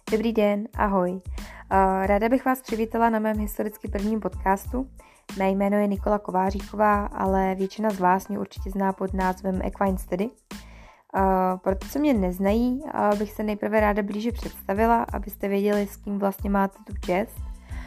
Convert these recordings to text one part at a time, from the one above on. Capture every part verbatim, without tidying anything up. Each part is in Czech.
Dobrý den, ahoj. Ráda bych vás přivítala na mém historicky prvním podcastu. Mé jméno je Nikola Kováříková, ale většina z vás mě určitě zná pod názvem Equine Study. Pro ty, co mě neznají, bych se nejprve ráda blíže představila, abyste věděli, s kým vlastně máte tu čest.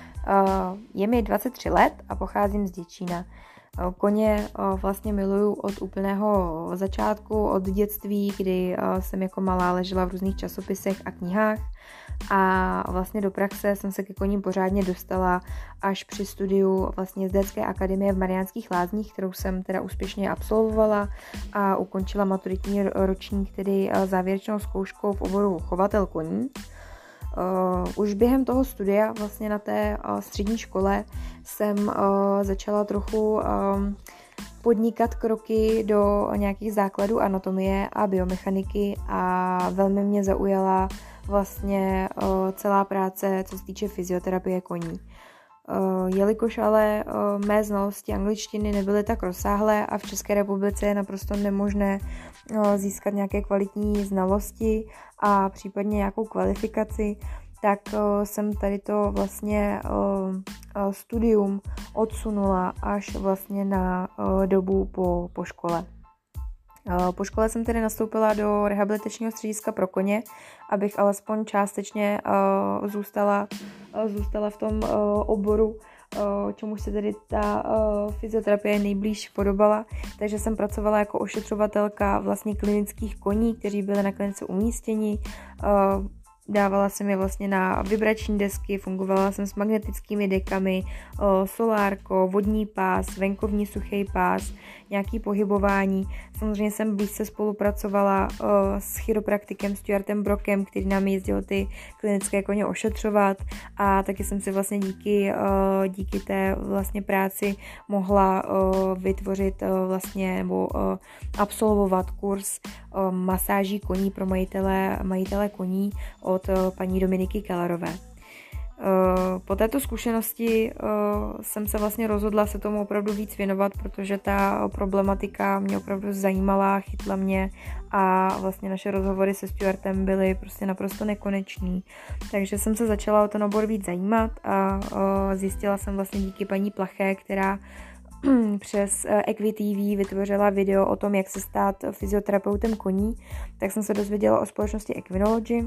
Je mi dvacet tři let a pocházím z Děčína. Koně vlastně miluju od úplného začátku, od dětství, kdy jsem jako malá ležela v různých časopisech a knihách a vlastně do praxe jsem se ke koním pořádně dostala až při studiu vlastně Jezdecké akademie v Mariánských Lázních, kterou jsem teda úspěšně absolvovala a ukončila maturitní ročník, tedy závěrečnou zkouškou v oboru chovatel koní. Uh, už během toho studia vlastně na té uh, střední škole jsem uh, začala trochu um, podnikat kroky do nějakých základů anatomie a biomechaniky a velmi mě zaujala vlastně uh, celá práce, co se týče fyzioterapie koní. Uh, jelikož ale uh, mé znalosti angličtiny nebyly tak rozsáhlé a v České republice je naprosto nemožné uh, získat nějaké kvalitní znalosti a případně nějakou kvalifikaci, tak uh, jsem tady to vlastně uh, uh, studium odsunula až vlastně na uh, dobu po, po škole. Po škole jsem tedy nastoupila do rehabilitačního střediska pro koně, abych alespoň částečně uh, zůstala, uh, zůstala v tom uh, oboru, uh, čemu se tedy ta uh, fyzioterapie nejblíž podobala. Takže jsem pracovala jako ošetřovatelka vlastně klinických koní, kteří byli na klinice umístěni. Uh, Dávala jsem je vlastně na vibrační desky, fungovala jsem s magnetickými dekami, solárko, vodní pás, venkovní suchý pás, nějaký pohybování. Samozřejmě jsem blízce spolupracovala s chiropraktikem Stuartem Brockem, který nám jezdil ty klinické koně ošetřovat a taky jsem si vlastně díky, díky té vlastně práci mohla vytvořit vlastně nebo absolvovat kurz masáží koní pro majitele, majitele koní od paní Dominiky Kellerové. Po této zkušenosti jsem se vlastně rozhodla se tomu opravdu víc věnovat, protože ta problematika mě opravdu zajímala, chytla mě a vlastně naše rozhovory se Stuartem byly prostě naprosto nekonečný. Takže jsem se začala o ten obor víc zajímat a zjistila jsem vlastně díky paní Plaché, která přes Equi T V vytvořila video o tom, jak se stát fyzioterapeutem koní, tak jsem se dozvěděla o společnosti Equinology.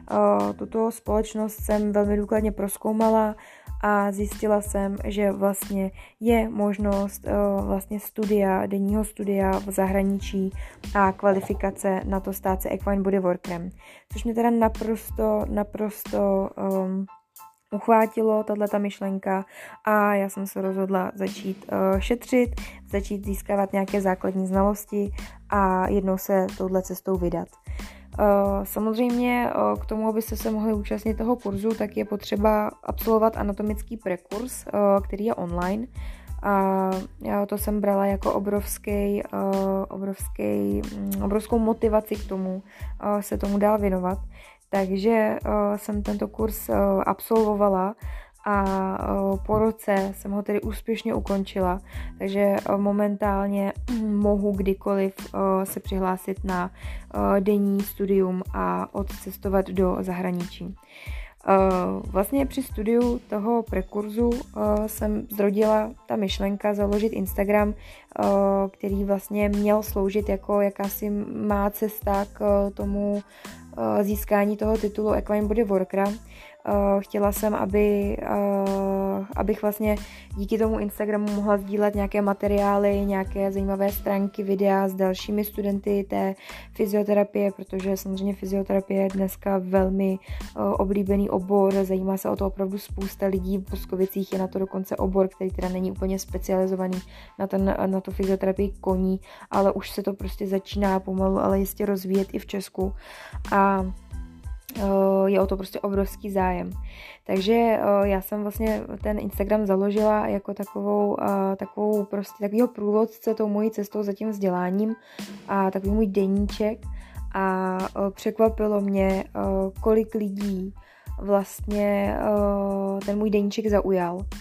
Tuto společnost jsem velmi důkladně prozkoumala a zjistila jsem, že vlastně je možnost vlastně studia, denního studia v zahraničí a kvalifikace na to stát se equine bodyworkerem. Což mě teda naprosto, naprosto um, uchvátilo tato myšlenka a já jsem se rozhodla začít uh, šetřit, začít získávat nějaké základní znalosti a jednou se touhle cestou vydat. Uh, samozřejmě uh, k tomu, abyste se mohli účastnit toho kurzu, tak je potřeba absolvovat anatomický prekurs, uh, který je online. A já to jsem brala jako obrovský, uh, obrovský, um, obrovskou motivaci k tomu uh, se tomu dál věnovat. Takže uh, jsem tento kurz uh, absolvovala a uh, po roce jsem ho tedy úspěšně ukončila, takže uh, momentálně mohu kdykoliv uh, se přihlásit na uh, denní studium a odcestovat do zahraničí. Uh, vlastně při studiu toho prekurzu uh, jsem zrodila ta myšlenka založit Instagram, uh, který vlastně měl sloužit jako jakási má cesta k uh, tomu uh, získání toho titulu Equine bodyworkera. Uh, chtěla jsem, aby, uh, abych vlastně díky tomu Instagramu mohla sdílet nějaké materiály, nějaké zajímavé stránky, videa s dalšími studenty té fyzioterapie, protože samozřejmě fyzioterapie je dneska velmi uh, oblíbený obor, zajímá se o to opravdu spousta lidí, v Boskovicích je na to dokonce obor, který teda není úplně specializovaný na, ten, na tu fyzioterapii koní, ale už se to prostě začíná pomalu, ale jistě rozvíjet i v Česku a je o to prostě obrovský zájem. Takže já jsem vlastně ten Instagram založila jako takovou, takovou prostě takovýho průvodce tou mojí cestou za tím vzděláním a takový můj deníček a překvapilo mě, kolik lidí vlastně ten můj deníček zaujal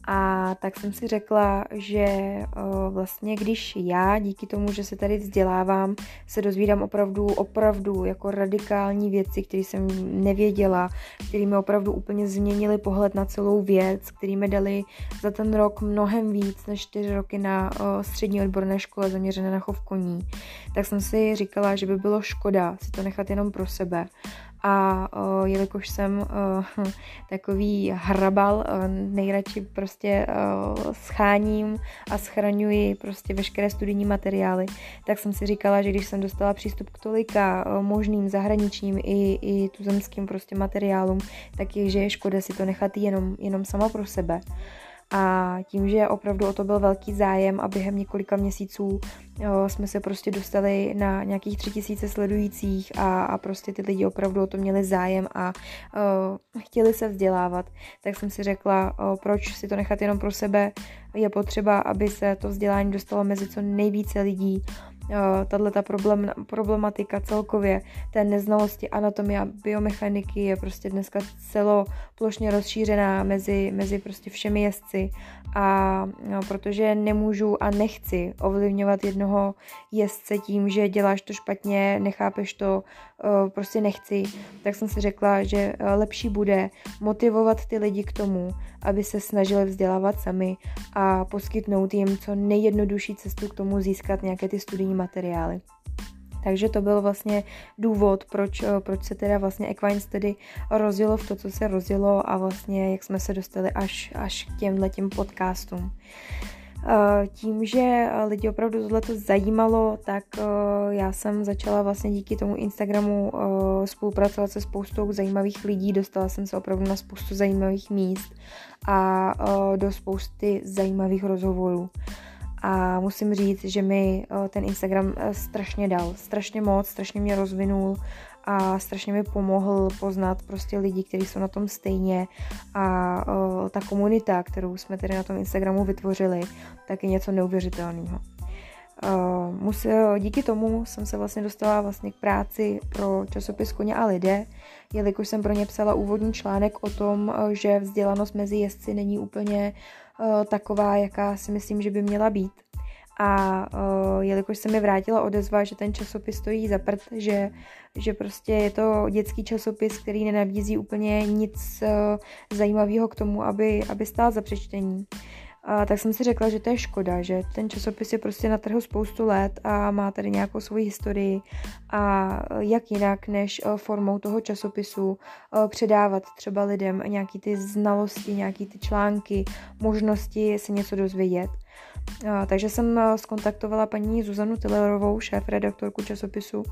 A tak jsem si řekla, že vlastně když já díky tomu, že se tady vzdělávám, se dozvídám opravdu, opravdu jako radikální věci, které jsem nevěděla, které mi opravdu úplně změnily pohled na celou věc, které mi dali za ten rok mnohem víc než čtyři roky na střední odborné škole zaměřené na chov koní, tak jsem si říkala, že by bylo škoda si to nechat jenom pro sebe. A uh, jelikož jsem uh, takový hrabal, uh, nejradši prostě uh, scháním a schraňuji prostě veškeré studijní materiály, tak jsem si říkala, že když jsem dostala přístup k tolika uh, možným zahraničním i, i tuzemským prostě materiálům, tak je, že je škoda si to nechat jenom, jenom sama pro sebe. A tím, že opravdu o to byl velký zájem a během několika měsíců jo, jsme se prostě dostali na nějakých tři tisíce sledujících a, a prostě ty lidi opravdu o to měli zájem a uh, chtěli se vzdělávat, tak jsem si řekla, uh, proč si to nechat jenom pro sebe, je potřeba, aby se to vzdělání dostalo mezi co nejvíce lidí. Tato problem, problematika celkově té neznalosti anatomie a biomechaniky je prostě dneska celoplošně rozšířená mezi, mezi prostě všemi jezdci a no, protože nemůžu a nechci ovlivňovat jednoho jezdce tím, že děláš to špatně, nechápeš to, prostě nechci, tak jsem si řekla, že lepší bude motivovat ty lidi k tomu, aby se snažili vzdělávat sami a poskytnout jim co nejjednodušší cestu k tomu získat nějaké ty studijní materiály. Takže to byl vlastně důvod, proč, proč se teda vlastně Equine Study rozjelo v to, co se rozjelo a vlastně jak jsme se dostali až, až k těmhletěm podcastům. Tím, že lidi opravdu tohleto zajímalo, tak já jsem začala vlastně díky tomu Instagramu spolupracovat se spoustou zajímavých lidí, dostala jsem se opravdu na spoustu zajímavých míst a do spousty zajímavých rozhovorů. A musím říct, že mi ten Instagram strašně dal, strašně moc, strašně mě rozvinul a strašně mi pomohl poznat prostě lidi, kteří jsou na tom stejně a o, ta komunita, kterou jsme tedy na tom Instagramu vytvořili, tak je něco neuvěřitelného. Díky tomu jsem se vlastně dostala vlastně k práci pro časopis Koně a lidé, jelikož jsem pro ně psala úvodní článek o tom, že vzdělanost mezi jezdci není úplně o, taková, jaká si myslím, že by měla být. A uh, jelikož se mi vrátila odezva, že ten časopis stojí za prd, že, že prostě je to dětský časopis, který nenabízí úplně nic uh, zajímavého k tomu, aby, aby stál za přečtení. Uh, tak jsem si řekla, že to je škoda, že ten časopis je prostě na trhu spoustu let a má tady nějakou svoji historii a jak jinak, než uh, formou toho časopisu uh, předávat třeba lidem nějaký ty znalosti, nějaký ty články, možnosti se něco dozvědět. Takže jsem skontaktovala paní Zuzanu Tillerovou, šéfredaktorku časopisu,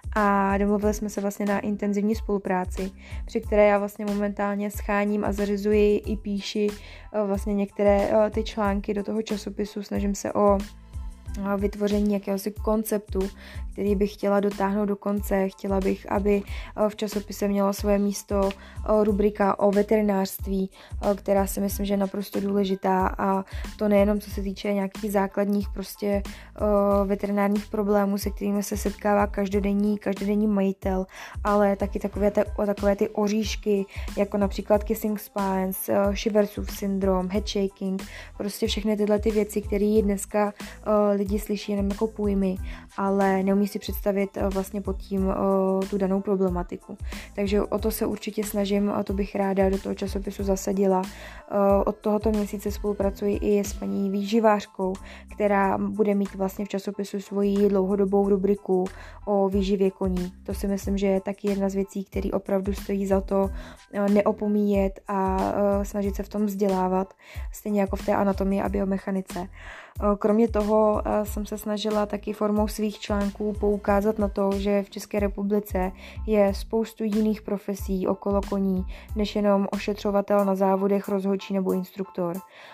a domluvili jsme se vlastně na intenzivní spolupráci, při které já vlastně momentálně scháním a zařizuji i píši vlastně některé ty články do toho časopisu, snažím se o vytvoření jakéhosi konceptu, který bych chtěla dotáhnout do konce. Chtěla bych, aby v časopise mělo svoje místo rubrika o veterinářství, která si myslím, že je naprosto důležitá, a to nejenom co se týče nějakých základních prostě veterinárních problémů, se kterými se setkává každodenní, každodenní majitel, ale taky takové, te, takové ty oříšky, jako například kissing spines, Shiversův syndrom, head shaking, prostě všechny tyhle ty věci, které dneska lidi slyší jenom jako pojmy, ale neumí si představit vlastně pod tím tu danou problematiku. Takže o to se určitě snažím a to bych ráda do toho časopisu zasadila. Od tohoto měsíce spolupracuji i s paní výživářkou, která bude mít vlastně v časopisu svoji dlouhodobou rubriku o výživě koní. To si myslím, že je taky jedna z věcí, které opravdu stojí za to neopomíjet a snažit se v tom vzdělávat, stejně jako v té anatomii a biomechanice. Kromě toho jsem se snažila taky formou svých článků poukázat na to, že v České republice je spoustu jiných profesí okolo koní, než jenom ošetřovatel na závodech, rozhodčí nebo instruktor.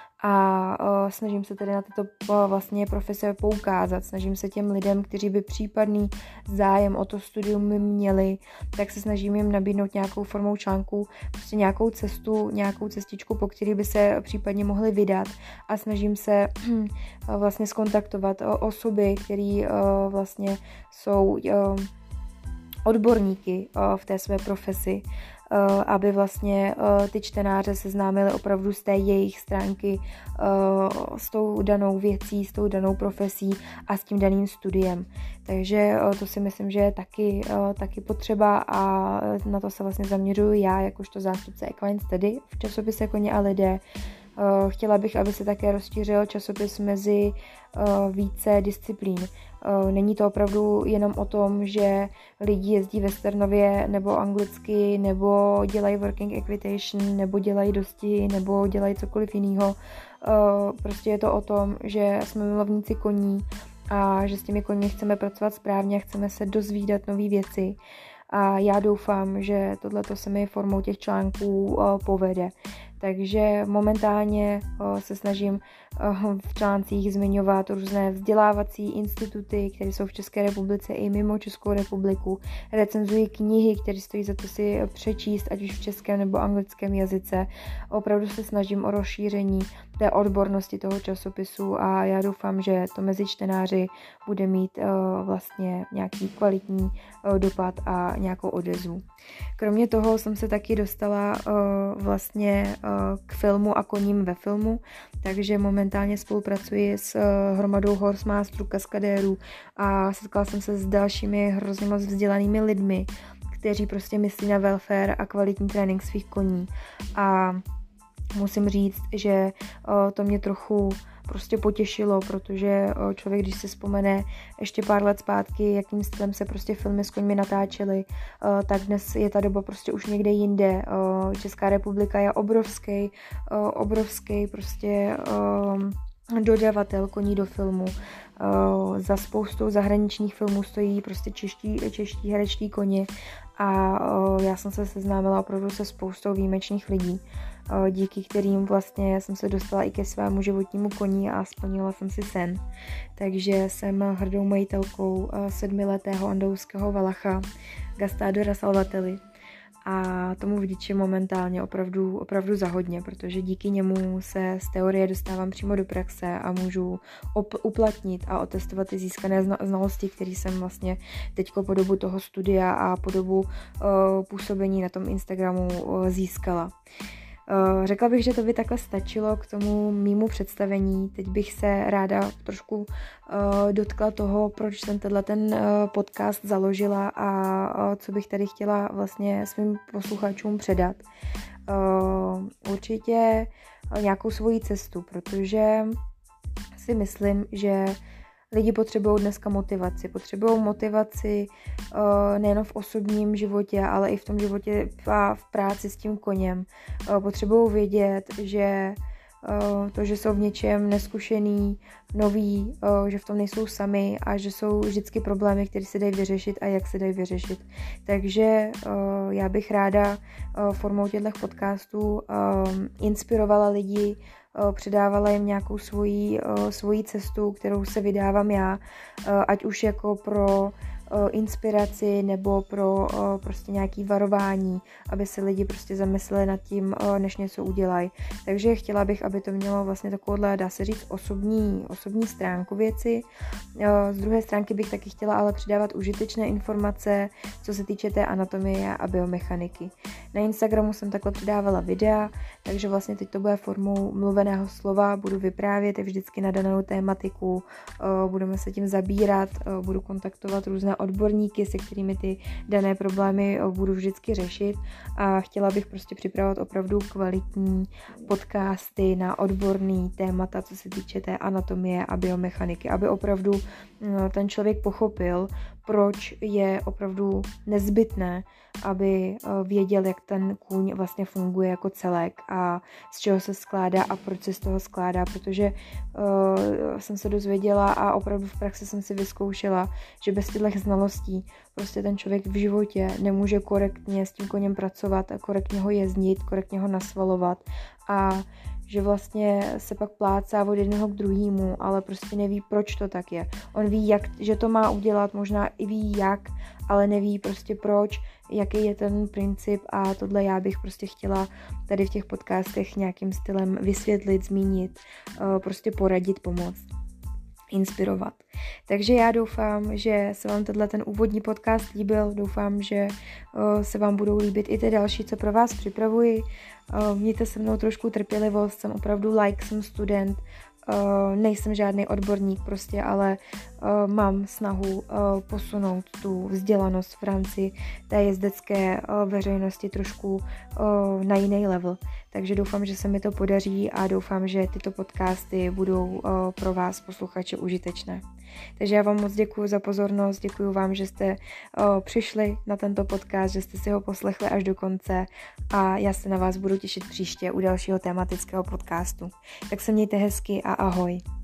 A uh, snažím se tedy na tyto uh, vlastně profese poukázat, snažím se těm lidem, kteří by případný zájem o to studium měli, tak se snažím jim nabídnout nějakou formou článku, prostě nějakou cestu, nějakou cestičku, po který by se případně mohli vydat, a snažím se uh, vlastně skontaktovat uh, osoby, které uh, vlastně jsou uh, odborníky uh, v té své profesi, aby vlastně ty čtenáře seznámili opravdu z té jejich stránky s tou danou věcí, s tou danou profesí a s tím daným studiem. Takže to si myslím, že je taky, taky potřeba a na to se vlastně zaměřuji já, jakožto zástupce Equine Study v časopise Koně a lidé. Chtěla bych, aby se také rozšířil časopis mezi více disciplín. Není to opravdu jenom o tom, že lidi jezdí westernově nebo anglicky, nebo dělají working equitation, nebo dělají dostihy, nebo dělají cokoliv jiného. Prostě je to o tom, že jsme milovníci koní a že s těmi koňmi chceme pracovat správně a chceme se dozvídat nové věci. A já doufám, že tohleto se mi formou těch článků povede. Takže momentálně se snažím v článcích zmiňovat různé vzdělávací instituty, které jsou v České republice i mimo Českou republiku. Recenzuji knihy, které stojí za to si přečíst, ať už v českém nebo anglickém jazyce. Opravdu se snažím o rozšíření té odbornosti toho časopisu a já doufám, že to mezi čtenáři bude mít vlastně nějaký kvalitní dopad a nějakou odezvu. Kromě toho jsem se taky dostala vlastně k filmu a koním ve filmu, takže momentálně spolupracuji s hromadou horsemasterů, kaskadérů a setkala jsem se s dalšími hrozně moc vzdělanými lidmi, kteří prostě myslí na welfare a kvalitní trénink svých koní. A musím říct, že to mě trochu prostě potěšilo, protože člověk, když si vzpomene ještě pár let zpátky, jakým stylem se prostě filmy s koňmi natáčely, tak dnes je ta doba prostě už někde jinde. Česká republika je obrovský, obrovský prostě dodavatel koní do filmu. Za spoustou zahraničních filmů stojí prostě čeští, čeští herečtí koně a já jsem se seznámila opravdu se spoustou výjimečných lidí, díky kterým vlastně jsem se dostala i ke svému životnímu koni a splnila jsem si sen. Takže jsem hrdou majitelkou sedmiletého andaluzského valacha Gastadora Salvatelli. A tomu vděčím momentálně opravdu, opravdu za hodně, protože díky němu se z teorie dostávám přímo do praxe a můžu op- uplatnit a otestovat ty získané znalosti, které jsem vlastně teďko po dobu toho studia a po dobu uh, působení na tom Instagramu uh, získala. Uh, řekla bych, že to by takhle stačilo k tomu mýmu představení. Teď bych se ráda trošku uh, dotkla toho, proč jsem tenhle ten uh, podcast založila a uh, co bych tady chtěla vlastně svým posluchačům předat. Uh, určitě nějakou svoji cestu, protože si myslím, že lidi potřebují dneska motivaci. Potřebují motivaci uh, nejen v osobním životě, ale i v tom životě a v práci s tím koněm. Uh, potřebují vědět, že uh, to, že jsou v něčem neskušený, noví, uh, že v tom nejsou sami a že jsou vždycky problémy, které se dají vyřešit a jak se dají vyřešit. Takže uh, já bych ráda uh, formou těchto podcastů uh, inspirovala lidi, předávala jim nějakou svoji, svoji cestu, kterou se vydávám já, ať už jako pro inspiraci nebo pro prostě nějaký varování, aby se lidi prostě zamysleli nad tím, než něco udělají. Takže chtěla bych, aby to mělo vlastně takovouhle, dá se říct, osobní, osobní stránku věci. Z druhé stránky bych taky chtěla ale přidávat užitečné informace, co se týče té anatomie a biomechaniky. Na Instagramu jsem takhle přidávala videa, takže vlastně teď to bude formou mluveného slova, budu vyprávět vždycky na danou tématiku, budeme se tím zabírat, budu kontaktovat různé odborníky, se kterými ty dané problémy budu vždycky řešit a chtěla bych prostě připravovat opravdu kvalitní podcasty na odborný témata, co se týče té anatomie a biomechaniky, aby opravdu ten člověk pochopil, proč je opravdu nezbytné, aby věděl, jak ten kůň vlastně funguje jako celek a z čeho se skládá a proč se z toho skládá, protože uh, jsem se dozvěděla a opravdu v praxi jsem si vyzkoušela, že bez těchto znalostí prostě ten člověk v životě nemůže korektně s tím koněm pracovat a korektně ho jezdit, korektně ho nasvalovat a že vlastně se pak plácá od jednoho k druhému, ale prostě neví, proč to tak je. On ví, jak, že to má udělat, možná i ví jak, ale neví prostě proč, jaký je ten princip a tohle já bych prostě chtěla tady v těch podcastech nějakým stylem vysvětlit, zmínit, prostě poradit, pomoct. inspirovat. Takže já doufám, že se vám tenhle ten úvodní podcast líbil, doufám, že uh, se vám budou líbit i ty další, co pro vás připravuji. Uh, mějte se mnou trošku trpělivost, jsem opravdu like, jsem student, Uh, nejsem žádný odborník prostě, ale uh, mám snahu uh, posunout tu vzdělanost v rámci té jezdecké uh, veřejnosti trošku uh, na jiný level. Takže doufám, že se mi to podaří a doufám, že tyto podcasty budou uh, pro vás posluchače užitečné. Takže já vám moc děkuji za pozornost, děkuji vám, že jste uh, přišli na tento podcast, že jste si ho poslechli až do konce a já se na vás budu těšit příště u dalšího tematického podcastu. Tak se mějte hezky a ahoj.